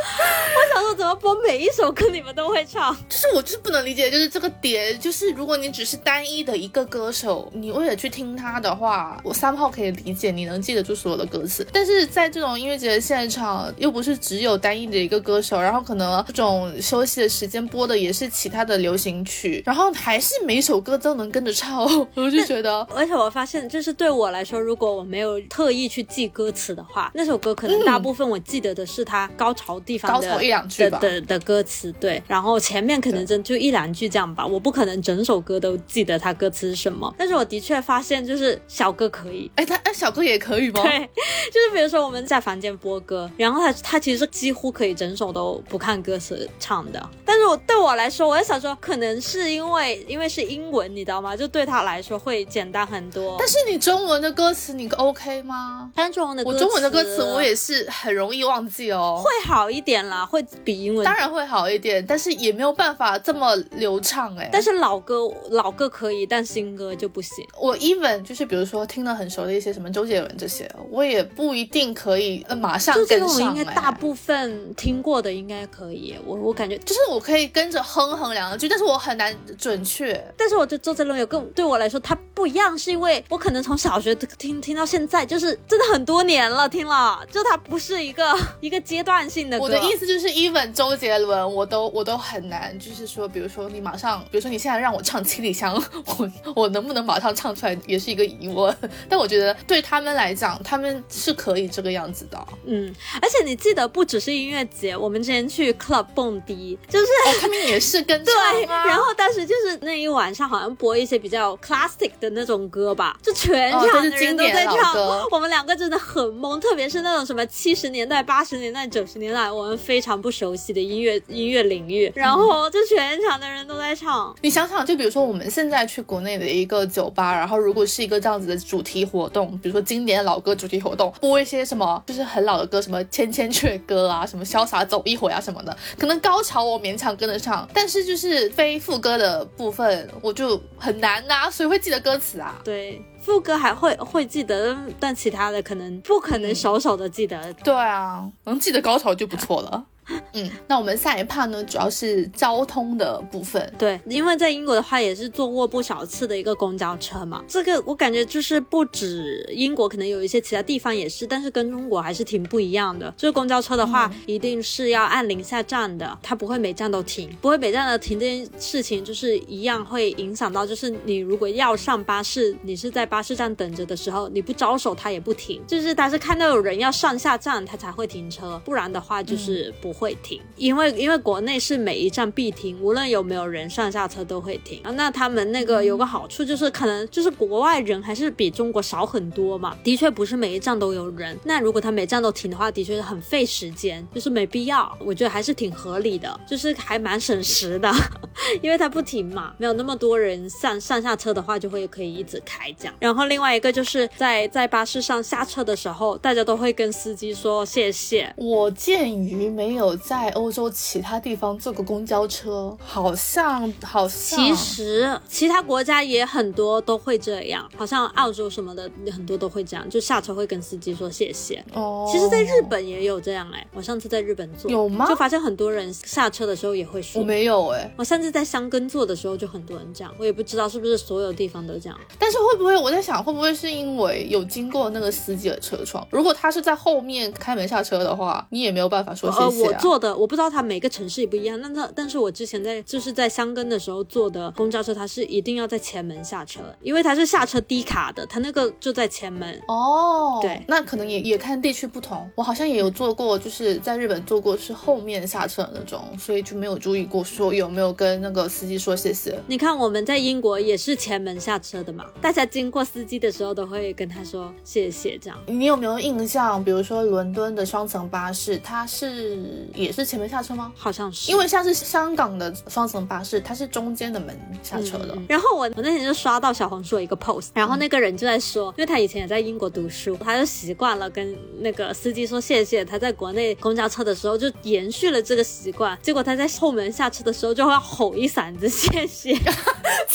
我想说怎么播每一首歌你们都会唱， 就是我就是不能理解，就是这个点，就是如果你只是单一的一个歌手，你为了去听他的话，我3号可以理解你能记得住所有的歌词，但是在这种音乐节的现场，又不是只有单一的一个歌手，然后可能这种休息的时间播的也是其他的流行曲，然后还是每首歌都能跟着唱，我就觉得。 而且我发现就是对我来说，如果我没有特意去记歌词的话，那首歌可能大部分我记得的是它高潮地方的高潮一两句吧的歌词，对，然后前面可能真就一两句这样吧，我不可能整首歌都记得它歌词是什么，但是我的确发现就是小歌可以， 他小歌也可以吗？ 对，就是比如说我们在房间播歌，然后他其实几乎可以整首都不看歌词唱的，但是对我来说，我在想说可能是因为是英文你知道吗，就对他来说会简单很多。 但是你中文的歌词你 OK 吗？ 但中文的歌词， 我中文的歌词我也是很容易忘记哦， 会好一点啦，会比英文当然会好一点，但是也没有办法这么流畅但是老歌可以，但新歌就不行。 我 even 就是比如说听得很熟的一些什么周杰伦这些，我也不一定可以马上跟上。 我应该大部分听过的应该可以，我感觉就是我可以跟着哼2句，但是我很难准确。 但是我觉得周杰伦有更对我来说他不一样，是因为我可能从小学听到现在，就是真的很多年了听了，就他不是一个阶段性的歌。 我的意思就是 even 周杰伦我都很难，就是说比如说你马上，比如说你现在让我唱七里香，我能不能马上唱出来也是一个疑问。但我觉得对他们来讲，他们是可以这个样子的。 而且你记得不只是音乐节，我们之前去 club 蹦迪，就是他们也是跟唱对，然后但是就是那一晚上好像播一些比较 classic 的那种歌吧，就全场的人都在唱，我们两个真的很懵，特别是那种什么70年代、80年代、90年代我们非常不熟悉的音乐领域，然后就全场的人都在唱。 你想想，就比如说我们现在去国内的一个酒吧，然后如果是一个这样子的主题活动，比如说经典老歌主题活动，播一些什么就是很老的歌，什么千千阙歌啊，什么潇洒走一回啊什么的，可能高潮我勉强跟得上，但是就是非副歌的部分我就很难啊，谁会记得歌词啊？ 对，副歌还会记得，但其他的可能不可能手的记得。 对啊，能记得高潮就不错了。那我们下一趴呢，主要是交通的部分。 对，因为在英国的话也是坐过不少次的一个公交车嘛，这个我感觉就是不止英国，可能有一些其他地方也是，但是跟中国还是挺不一样的。就是公交车的话，一定是要按铃下站的，它不会每站都停，不会每站都停这件事情就是一样会影响到，就是你如果要上巴士，你是在巴士站等着的时候，你不招手它也不停，就是它是看到有人要上下站它才会停车，不然的话就是不会停，因为国内是每一站必停，无论有没有人上下车都会停。那他们那个有个好处就是可能就是国外人还是比中国少很多嘛，的确不是每一站都有人，那如果他每站都停的话，的确很费时间，就是没必要，我觉得还是挺合理的，就是还蛮省时的因为他不停嘛，没有那么多人上下车的话就会可以一直开这样。然后另外一个就是在巴士上下车的时候，大家都会跟司机说谢谢。 我鉴于没有在欧洲其他地方坐过公交车，好像其实其他国家也很多都会这样，好像澳洲什么的很多都会这样，就下车会跟司机说谢谢。其实在日本也有这样我上次在日本坐， 有吗？ 就发现很多人下车的时候也会说。 我没有我上次在箱根坐的时候就很多人这样，我也不知道是不是所有地方都这样。 但是会不会我在想会不会是因为有经过那个司机的车窗，如果他是在后面开门下车的话，你也没有办法说谢谢我坐的我不知道他每个城市也不一样，但是我之前在箱根的时候坐的公交车，它是一定要在前门下车，因为它是下车低卡的，它那个就在前门。对， 那可能也看地区不同，我好像也有坐过，就是在日本坐过是后面下车的那种，所以就没有注意过说有没有跟那个司机说谢谢。 你看我们在英国也是前门下车的嘛，大家经过司机的时候都会跟他说谢谢这样。 你有没有印象比如说伦敦的双层巴士，它也是前门下车吗？ 好像是， 因为像是香港的双层巴士，它是中间的门下车的。 然后我那天就刷到小红书一个 post， 然后那个人就在说，因为他以前也在英国读书，他就习惯了跟那个司机说谢谢，他在国内公交车的时候就延续了这个习惯，结果他在后门下车的时候就会吼一嗓子谢谢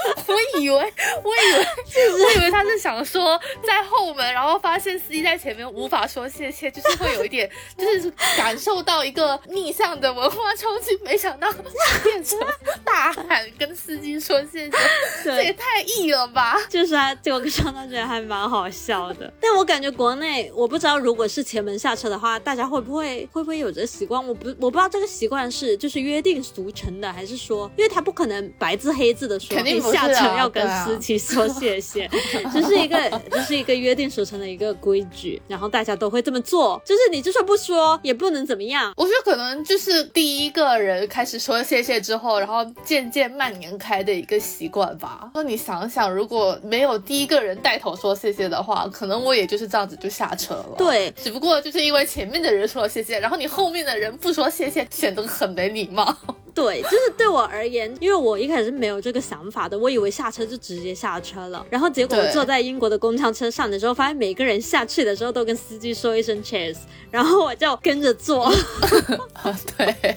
我以为他是想说在后门，然后发现司机在前面无法说谢谢，就是会有一点就是感受到一个逆向的文化冲击，没想到变成大喊跟司机说谢谢，这也太异了吧。 就是啊，结果上到觉得还蛮好笑的。但我感觉国内我不知道，如果是前门下车的话，大家会不会有这个习惯？我不知道这个习惯是就是约定俗成的，还是说因为他不可能白字黑字的说肯定不是下车要跟司机说谢谢，这是一个约定俗成的一个规矩，然后大家都会这么做，就是你就算不说也不能怎么样。 我觉得可能就是第一个人开始说谢谢之后，然后渐渐蔓延开的一个习惯吧。那你想想，如果没有第一个人带头说谢谢的话，可能我也就是这样子就下车了。 对， 只不过就是因为前面的人说了谢谢，然后你后面的人不说谢谢，显得很没礼貌。 对，就是对我而言，因为我一开始是没有这个想法的，我以为下车就直接下车了，然后结果我坐在英国的公交车上的时候，发现每个人下去的时候都跟司机说一声 cheers， 然后我就跟着做。 对。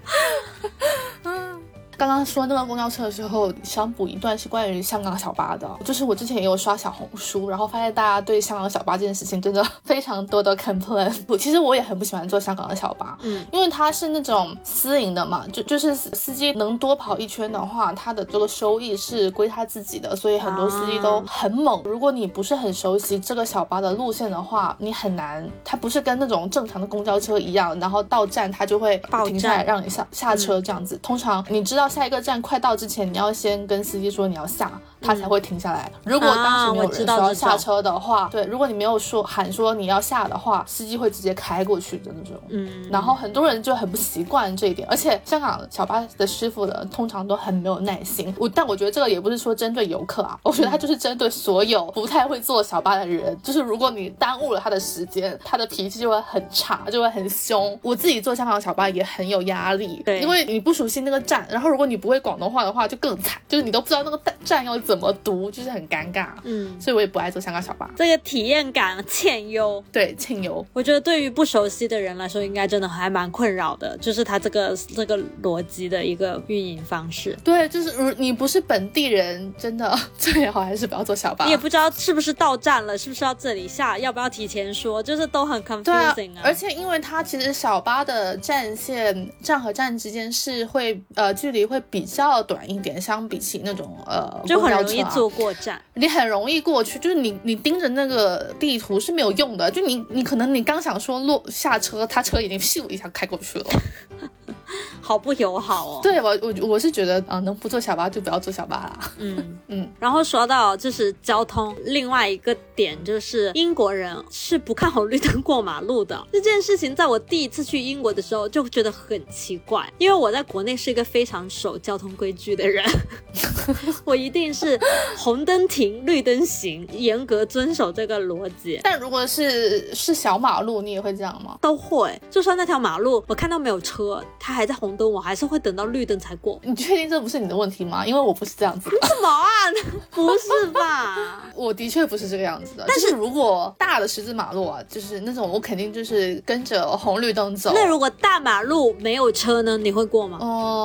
刚刚说那个公交车的时候，想补一段是关于香港小巴的，就是我之前也有刷小红书，然后发现大家对香港小巴这件事情真的非常多的 complain。其实我也很不喜欢坐香港的小巴，因为它是那种私营的嘛，就是司机能多跑一圈的话，他的这个收益是归他自己的，所以很多司机都很猛。如果你不是很熟悉这个小巴的路线的话，你很难，它不是跟那种正常的公交车一样，然后到站它就会停下来让你下车这样子。通常你知道下一个站快到之前，你要先跟司机说你要下，他才会停下来。如果当时没有人说要下车的话，对，如果你没有喊说你要下的话，司机会直接开过去的那种。然后很多人就很不习惯这一点，而且香港小巴的师傅的通常都很没有耐心。但我觉得这个也不是说针对游客啊，我觉得他就是针对所有不太会坐小巴的人，就是如果你耽误了他的时间，他的脾气就会很差，就会很凶。我自己坐香港小巴也很有压力，对，因为你不熟悉那个站，然后如果你不会广东话的话就更惨，就是你都不知道那个站要怎么读，就是很尴尬。所以我也不爱坐香港小巴， 这个体验感欠优。 对，欠优。 我觉得对于不熟悉的人来说，应该真的还蛮困扰的，就是它这个逻辑的一个运营方式。 对，就是你不是本地人，真的最好还是不要坐小巴。 你也不知道是不是到站了，是不是要这里下，要不要提前说，就是都很 confusing 啊。 而且因为它其实小巴的站线站和站之间是会距离会比较短一点，相比起那种就很容易坐过站， 你很容易过去，就是你盯着那个地图是没有用的，就你可能你刚想说下车，他车已经咻一下开过去了。 好不友好哦。 对，我是觉得能不坐小巴就不要坐小巴啦。 然后说到就是交通，另外一个点就是英国人是不看红绿灯过马路的。这件事情在我第一次去英国的时候就觉得很奇怪，因为我在国内是一个非常守交通规矩的人。我一定是红灯停绿灯行，严格遵守这个逻辑。 但如果是小马路你也会这样吗？ 都会，就算那条马路我看到没有车，它还在红灯，我还是会等到绿灯才过。 你确定这不是你的问题吗？因为我不是这样子的。 什么啊？不是吧？ 我的确不是这个样子的。但是如果大的十字马路啊，就是那种我肯定就是跟着红绿灯走。 那如果大马路没有车呢，你会过吗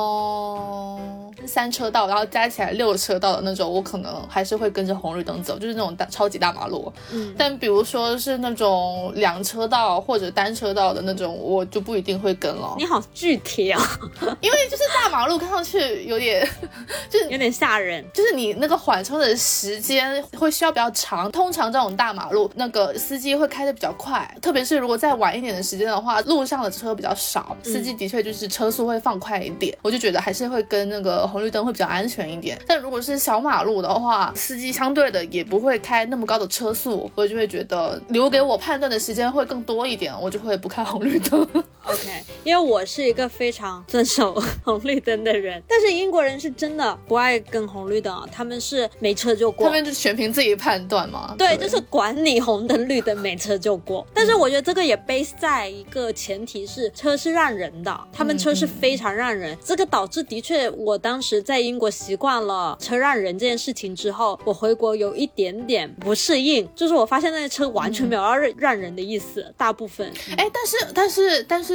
？3车道，然后加起来6车道的那种，我可能还是会跟着红绿灯走，就是那种超级大马路。但比如说是那种2车道或者单车道的那种，我就不一定会跟了。 你好具体啊。 因为就是大马路看上去有点就是有点吓人， 就是你那个缓冲的时间会需要比较长。通常这种大马路那个司机会开得比较快，特别是如果再晚一点的时间的话，路上的车比较少，司机的确就是车速会放快一点。我就觉得还是会跟那个红绿灯会比较安全一点。但如果是小马路的话，司机相对的也不会开那么高的车速，我就会觉得留给我判断的时间会更多一点，我就会不看红绿灯。 OK， 因为我是一个非常遵守红绿灯的人，但是英国人是真的不爱跟红绿灯啊，他们是没车就过， 他们就全凭自己判断嘛。 对，就是管你红灯绿灯，没车就过。但是我觉得这个也 base 在一个前提是车是让人的，他们车是非常让人，这个导致的确我当时在英国习惯了车让人这件事情之后，我回国有一点点不适应，就是我发现那些车完全没有要让人的意思，大部分。 但是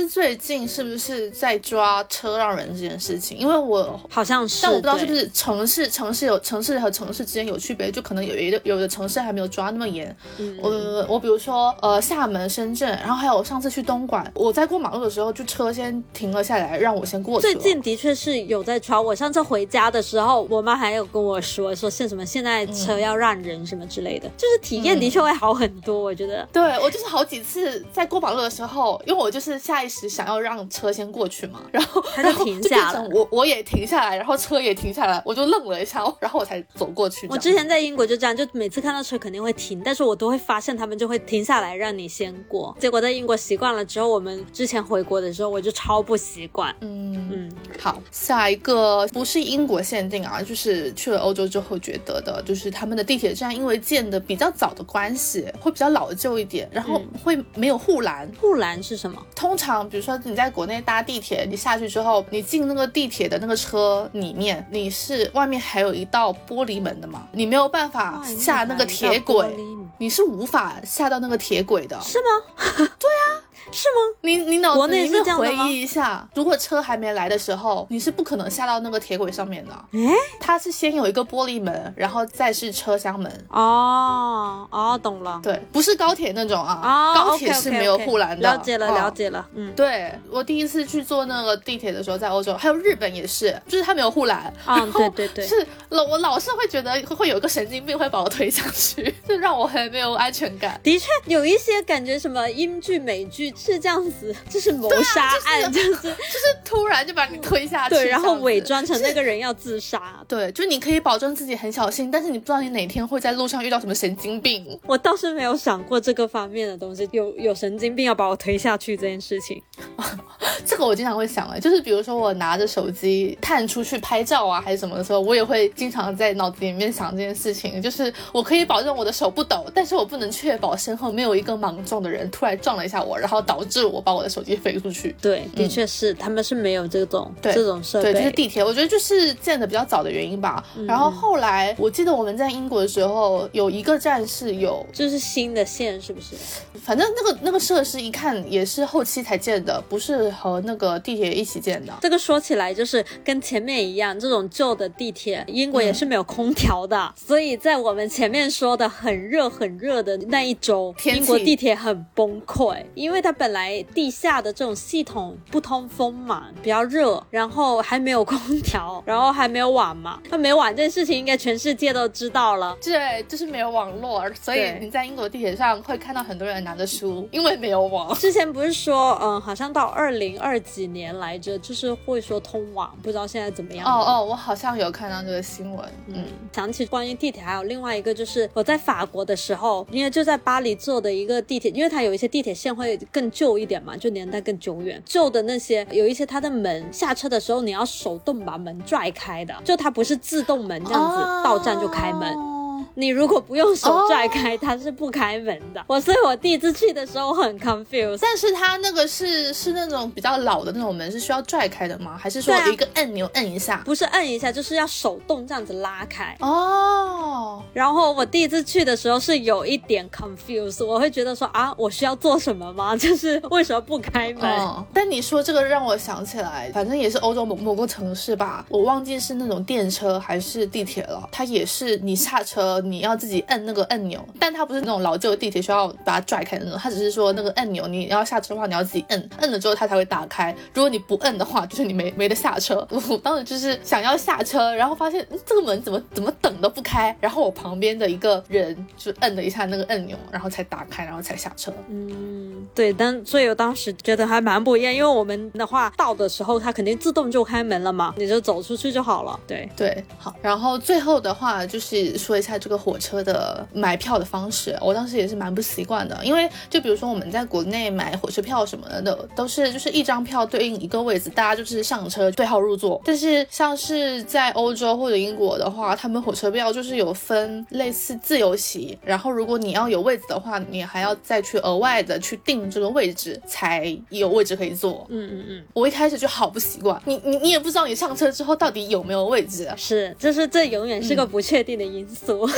司最近是不是在抓车让人这件事情？因为我好像是， 但我不知道是不是城市和城市之间有区别，就可能有的城市还没有抓那么严。我比如说厦门、深圳，然后还有上次去东莞，我在过马路的时候，就车先停了下来，让我先过去。 最近的确是有在抓。我上次回家的时候，我妈还有跟我说像什么现在车要让人什么之类的，就是体验的确会好很多。我觉得， 对，我就是好几次在过马路的时候，因为我就是下意识想要让车先过去嘛，然后它就停下了， 我也停下来，然后车也停下来，我就愣了一下，然后我才走过去。 我之前在英国就这样，就每次看到车肯定会停，但是我都会发现他们就会停下来让你先过。结果在英国习惯了之后，我们之前回国的时候我就超不习惯。 好，下一个不是英国限定啊，就是去了欧洲之后觉得的，就是他们的地铁站因为建的比较早的关系，会比较老旧一点，然后会没有护栏。 护栏是什么？ 通常比如说你在国内搭地铁，你下去之后，你进那个地铁的那个车里面，你是外面还有一道玻璃门的嘛，你没有办法下那个铁轨，你是无法下到那个铁轨的。 是吗？对啊。是吗？ 你脑子里面回忆一下，如果车还没来的时候，你是不可能下到那个铁轨上面的。它是先有一个玻璃门，然后再是车厢门。 懂了。 对，不是高铁那种啊。高铁是没有护栏的。 了解了。 对，我第一次去坐那个地铁的时候，在欧洲，还有日本也是，就是它没有护栏。对，是我老是会觉得会有一个神经病会把我推下去，就让我很没有安全感。 的确有一些感觉，什么英剧、美剧是这样子，就是谋杀案，就是突然就把你推下去， 对，然后伪装成那个人要自杀。 对，就你可以保证自己很小心，但是你不知道你哪天会在路上遇到什么神经病。 我倒是没有想过这个方面的东西，有神经病要把我推下去这件事情。 这个我经常会想就是比如说我拿着手机探出去拍照啊还是什么的时候，我也会经常在脑子里面想这件事情，就是我可以保证我的手不抖，但是我不能确保身后没有一个莽撞的人突然撞了一下我，然后导致我把我的手机飞出去。 对，的确是他们是没有这种设备。 对，就是地铁我觉得就是建的比较早的原因吧。然后后来我记得我们在英国的时候有一个站是有就是新的线，是不是？ 反正那个设施一看也是后期才建的，不是和那个地铁一起建的。 这个说起来就是跟前面一样，这种旧的地铁英国也是没有空调的，所以在我们前面说的很热的那一周，英国地铁很崩溃，因为它本来地下的这种系统不通风嘛，比较热，然后还没有空调，然后还没有网嘛。那没网这件事情应该全世界都知道了。 对，就是没有网络，所以你在英国地铁上会看到很多人拿着书，因为没有网。 之前不是说好像到2020几年来着，就是会说通网，不知道现在怎么样。 我好像有看到这个新闻。 想起关于地铁还有另外一个，就是我在法国的时候，因为就在巴黎坐的一个地铁，因为它有一些地铁线会更旧一点嘛，就年代更久远，旧的那些有一些它的门下车的时候你要手动把门拽开的，就它不是自动门这样子到站就开门。你如果不用手拽开它是不开门的。所以我第一次去的时候很 confused。 但是它那个是那种比较老的那种门，是需要拽开的吗？还是说有一个按钮摁一下？ 不是摁一下，就是要手动这样子拉开。然后我第一次去的时候是有一点 confused， 我会觉得说我需要做什么吗？就是为什么不开门？ 但你说这个让我想起来，反正也是欧洲某个城市吧，我忘记是那种电车还是地铁了，它也是你下车你要自己摁那个按钮，但它不是那种老旧的地铁需要把它拽开的那种，它只是说那个按钮你要下车的话你要自己摁了之后它才会打开，如果你不摁的话就是你没得下车。我当时就是想要下车，然后发现这个门怎么等都不开，然后我旁边的一个人就摁了一下那个按钮，然后才打开，然后才下车。 对，所以我当时觉得还蛮不一样，因为我们的话到的时候它肯定自动就开门了嘛，你就走出去就好了。对，好。然后最后的话就是说一下这个火车的买票的方式，我当时也是蛮不习惯的，因为就比如说我们在国内买火车票什么的都是就是一张票对应一个位置，大家就是上车对号入座。但是像是在欧洲或者英国的话，他们火车票就是有分类似自由席，然后如果你要有位置的话，你还要再去额外的去订这个位置才有位置可以坐。我一开始就好不习惯，你也不知道你上车之后到底有没有位置。 是，这永远是个不确定的因素。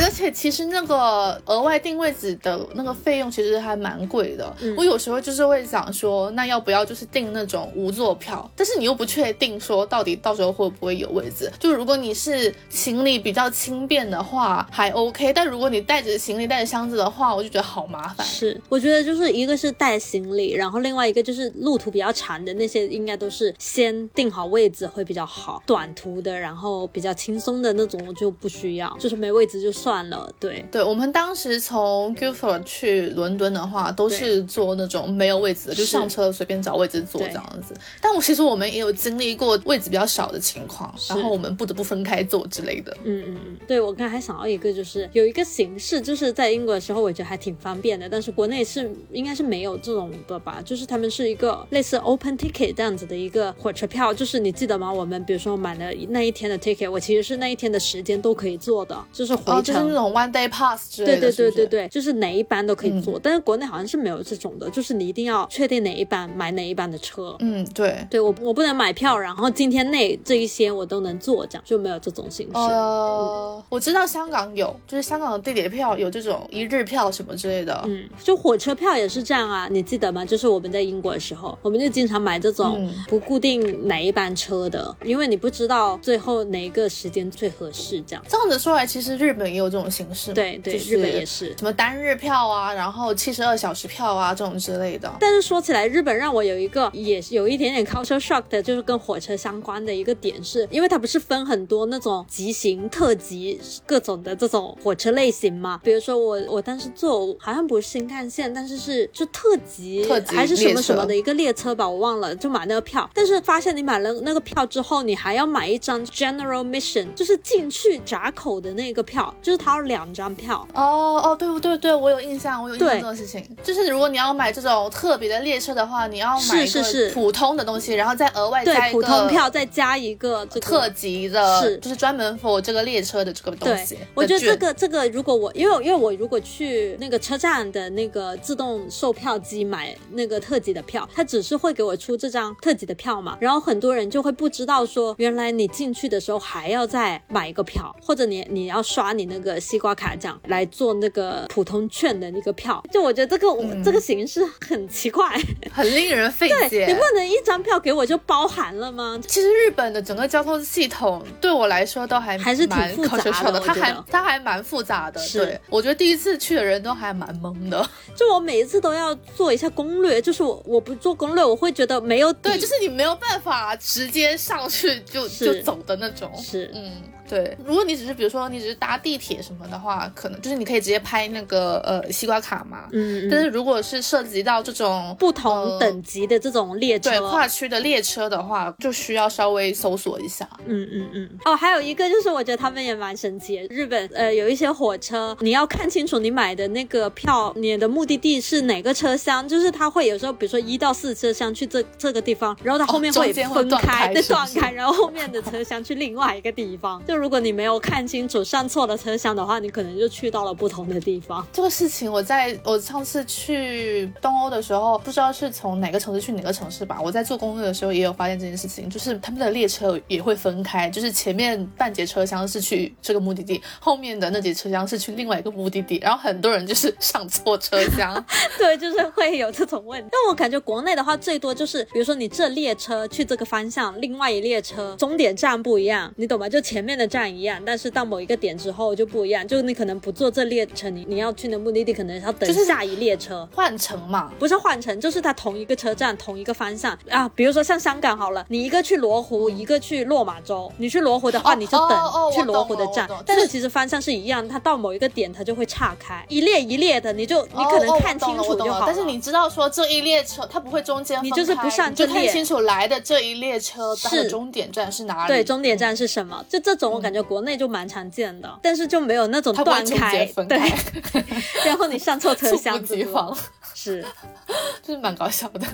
而且其实那个额外订位置的那个费用其实还蛮贵的。我有时候就是会想说，那要不要就是订那种无座票，但是你又不确定说到底到时候会不会有位置。就如果你是行李比较轻便的话还 OK， 但如果你带着行李带着箱子的话，我就觉得好麻烦。 是，我觉得就是一个是带行李，然后另外一个就是路途比较长的那些应该都是先订好位置会比较好，短途的然后比较轻松的那种就不需要，就是没位置就算了。对， 我们当时从 Guildford 去伦敦的话都是坐那种没有位置的，就上车随便找位置坐这样子。但其实我们也有经历过位置比较少的情况，然后我们不得不分开坐之类的。 对，我刚才还想到一个，就是有一个形式，就是在英国的时候我觉得还挺方便的，但是国内是应该是没有这种的吧，就是他们是一个类似 open ticket 这样子的一个火车票，就是你记得吗？我们比如说买了那一天的 ticket， 我其实是那一天的时间都可以坐的，就是回程， 就是那种 one day pass 之类的。 对，就是哪一班都可以坐，但是国内好像是没有这种的，就是你一定要确定哪一班买哪一班的车。对，我不能买票然后今天内这一些我都能坐，这样就没有这种形式。 我知道香港有，就是香港的地铁票有这种一日票什么之类的。 就火车票也是这样啊，你记得吗？就是我们在英国的时候，我们就经常买这种不固定哪一班车的，因为你不知道最后哪一个时间最合适。这样子说来，其实日本也有这种形式。 对，日本也是什么单日票啊，然后72小时票啊这种之类的。 但是说起来，日本让我有一个也有一点点 culture shock 的，就是跟火车相关的一个点是，因为它不是分很多那种急行、特急各种的这种火车类型嘛？比如说我当时坐好像不是新干线，但是就特急还是什么什么的一个列车吧，我忘了，就买那个票。但是发现你买了那个票之后，你还要买一张 General Mission， 就是进去闸口的那个票，就是它有2张票。 对，我有印象这种事情。就是如果你要买这种特别的列车的话，你要买一个普通的东西，然后再额外加一个普通票，再加一个这个特级的，就是专门 for 这个列车的这个东西。 我觉得这个如果因为我如果去那个车站的那个自动售票机买那个特级的票，它只是会给我出这张特级的票嘛，然后很多人就会不知道说原来你进去的时候还要再买一个票，或者你要刷你那个西瓜卡这样来做那个普通券的那个票。就我觉得这个形式很奇怪， 很令人费解。 你不能一张票给我就包含了吗？ 其实日本的整个交通系统对我来说都还是挺复杂的， 它还蛮复杂的。对，我觉得第一次去的人都还蛮懵的。 就我每一次都要做一下攻略，就是我不做攻略我会觉得没有底。 对，就是你没有办法直接上去就走的那种。对，如果你只是比如说你只是搭地铁什么的话，可能就是你可以直接拍那个西瓜卡嘛。但是如果是涉及到这种不同等级的这种列车， 对，跨区的列车的话，就需要稍微搜索一下。 还有一个就是我觉得他们也蛮神奇的，日本有一些火车你要看清楚你买的那个票，你的目的地是哪个车厢，就是它会有时候比如说1到4车厢去这个地方，然后它后面会分开断开，然后后面的车厢去另外一个地方。就如果你没有看清楚上错的车厢的话，你可能就去到了不同的地方。 这个事情我上次去东欧的时候，不知道是从哪个城市去哪个城市吧，我在做攻略的时候也有发现这件事情，就是他们的列车也会分开，就是前面半节车厢是去这个目的地，后面的那节车厢是去另外一个目的地，然后很多人就是上错车厢。 对，就是会有这种问题。但我感觉国内的话最多就是比如说你这列车去这个方向，另外一列车终点站不一样，你懂吗？就前面的站一样，但是到某一个点之后就不一样，就你可能不坐这列车，你要去的目的地可能要等下一列车， 换乘嘛。 不是换乘，就是它同一个车站同一个方向啊。比如说像香港好了，你一个去罗湖，一个去落马洲，你去罗湖的话你就等去罗湖的站，但是其实方向是一样，它到某一个点它就会岔开，一列一列的，你可能看清楚就好了。 但是你知道说这一列车它不会中间分开， 你就是不上这列，你就看清楚来的这一列车它的终点站是哪里。 对，终点站是什么，就这种我感觉国内就蛮常见的，但是就没有那种断开，对，然后你上错车厢， 猝不及防， 是， 就是蛮搞笑的。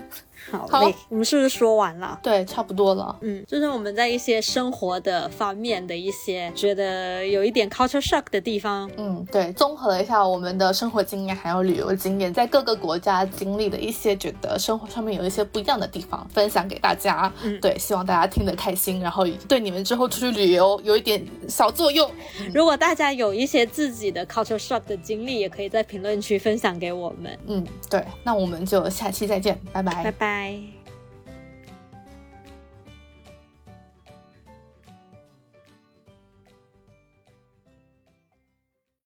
好嘞，我们是不是说完了？ 对，差不多了。 就是我们在一些生活的方面的一些觉得有一点 culture shock 的地方。 对，综合了一下我们的生活经验还有旅游经验，在各个国家经历的一些觉得生活上面有一些不一样的地方，分享给大家。对，希望大家听得开心，然后对你们之后出去旅游有一点小作用。 如果大家有一些自己的 culture shock 的经历，也可以在评论区分享给我们。 对，那我们就下期再见，拜拜， 拜拜。